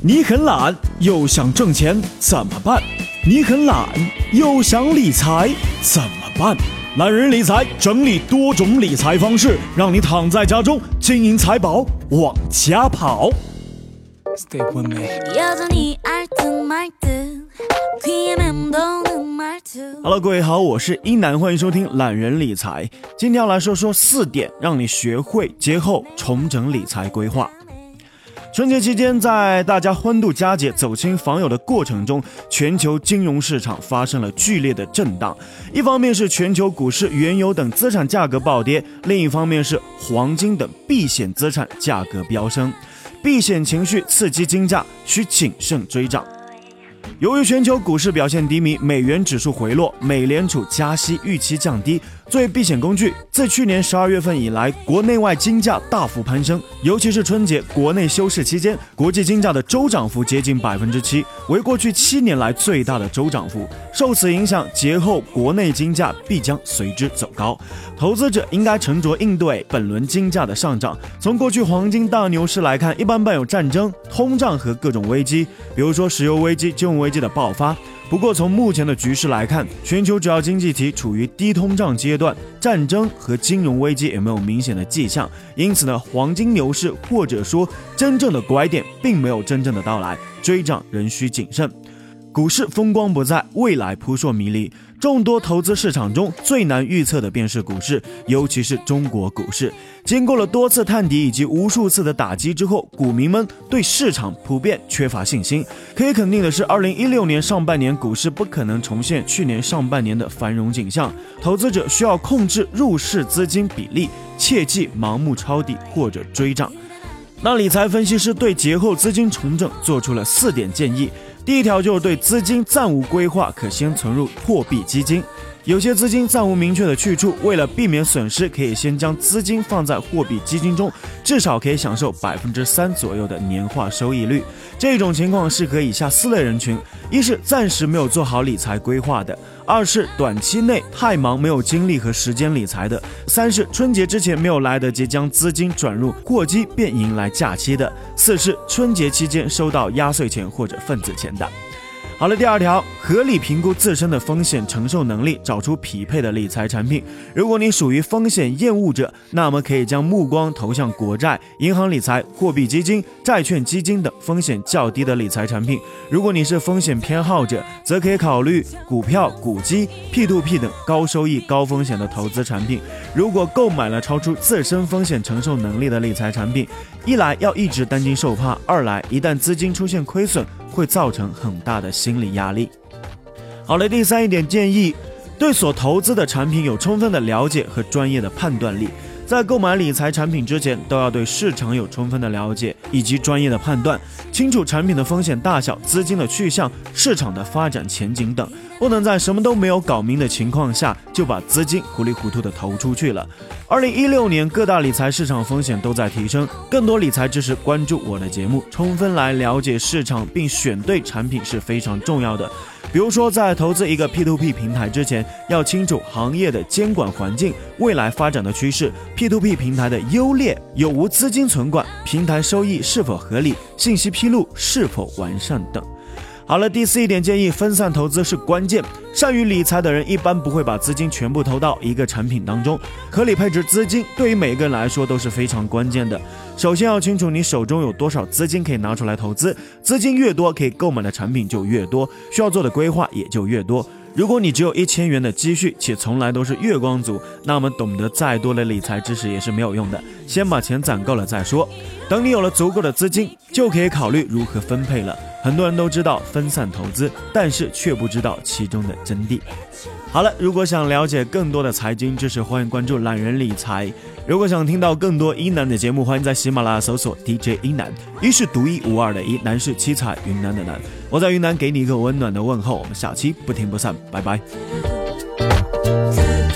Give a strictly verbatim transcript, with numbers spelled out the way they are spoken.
你很懒又想挣钱怎么办？你很懒又想理财怎么办？懒人理财整理多种理财方式，让你躺在家中金银财宝往家跑。Stay with me。Hello， 各位好，我是一南，欢迎收听懒人理财。今天要来说说四点让你学会节后重整理财规划。春节期间，在大家欢度佳节、走亲访友的过程中，全球金融市场发生了剧烈的震荡。一方面是全球股市、原油等资产价格暴跌，另一方面是黄金等避险资产价格飙升。避险情绪刺激金价，需谨慎追涨。由于全球股市表现低迷，美元指数回落，美联储加息预期降低，作为避险工具，自去年十二月份以来，国内外金价大幅攀升，尤其是春节国内休市期间，国际金价的周涨幅接近百分之七，为过去七年来最大的周涨幅。受此影响，节后国内金价必将随之走高，投资者应该沉着应对本轮金价的上涨。从过去黄金大牛市来看，一般伴有战争、通胀和各种危机，比如说石油危机、金融危机的爆发。不过从目前的局势来看，全球主要经济体处于低通胀阶段，战争和金融危机也没有明显的迹象，因此呢，黄金牛市或者说真正的拐点并没有真正的到来，追涨仍需谨慎。股市风光不再，未来扑朔迷离。众多投资市场中最难预测的便是股市，尤其是中国股市。经过了多次探底以及无数次的打击之后，股民们对市场普遍缺乏信心。可以肯定的是，二零一六年上半年股市不可能重现去年上半年的繁荣景象。投资者需要控制入市资金比例，切忌盲目抄底或者追涨。那理财分析师对节后资金重整做出了四点建议。第一条就是对资金暂无规划，可先存入货币基金。有些资金暂无明确的去处，为了避免损失，可以先将资金放在货币基金中，至少可以享受百分之三左右的年化收益率。这种情况适合以下四类人群：一是暂时没有做好理财规划的；二是短期内太忙没有精力和时间理财的；三是春节之前没有来得及将资金转入货基便迎来假期的；四是春节期间收到压岁钱或者份子钱的。好了，第二条，合理评估自身的风险承受能力，找出匹配的理财产品。如果你属于风险厌恶者，那么可以将目光投向国债、银行理财、货币基金、债券基金等风险较低的理财产品。如果你是风险偏好者，则可以考虑股票、股基、P to P 等高收益、高风险的投资产品。如果购买了超出自身风险承受能力的理财产品，一来要一直担惊受怕，二来一旦资金出现亏损，会造成很大的心理压力。好了，第三一点建议，对所投资的产品有充分的了解和专业的判断力。在购买理财产品之前，都要对市场有充分的了解以及专业的判断，清楚产品的风险大小、资金的去向、市场的发展前景等，不能在什么都没有搞明的情况下就把资金糊里糊涂的投出去了。二零一六年各大理财市场风险都在提升，更多理财知识关注我的节目，充分来了解市场并选对产品是非常重要的。比如说，在投资一个 P to P 平台之前，要清楚行业的监管环境、未来发展的趋势、P to P 平台的优劣、有无资金存管、平台收益是否合理、信息披露是否完善等。好了，第四一点建议，分散投资是关键。善于理财的人一般不会把资金全部投到一个产品当中，合理配置资金对于每个人来说都是非常关键的。首先要清楚你手中有多少资金可以拿出来投资，资金越多，可以购买的产品就越多，需要做的规划也就越多。如果你只有一千元的积蓄，且从来都是月光族，那么懂得再多的理财知识也是没有用的，先把钱攒够了再说。等你有了足够的资金，就可以考虑如何分配了。很多人都知道分散投资，但是却不知道其中的真谛。好了，如果想了解更多的财经知识，欢迎关注懒人理财。如果想听到更多一南的节目，欢迎在喜马拉雅搜索 D J 一南，一是独一无二的一，南是七彩云南的南。我在云南给你一个温暖的问候，我们下期不听不散，拜拜。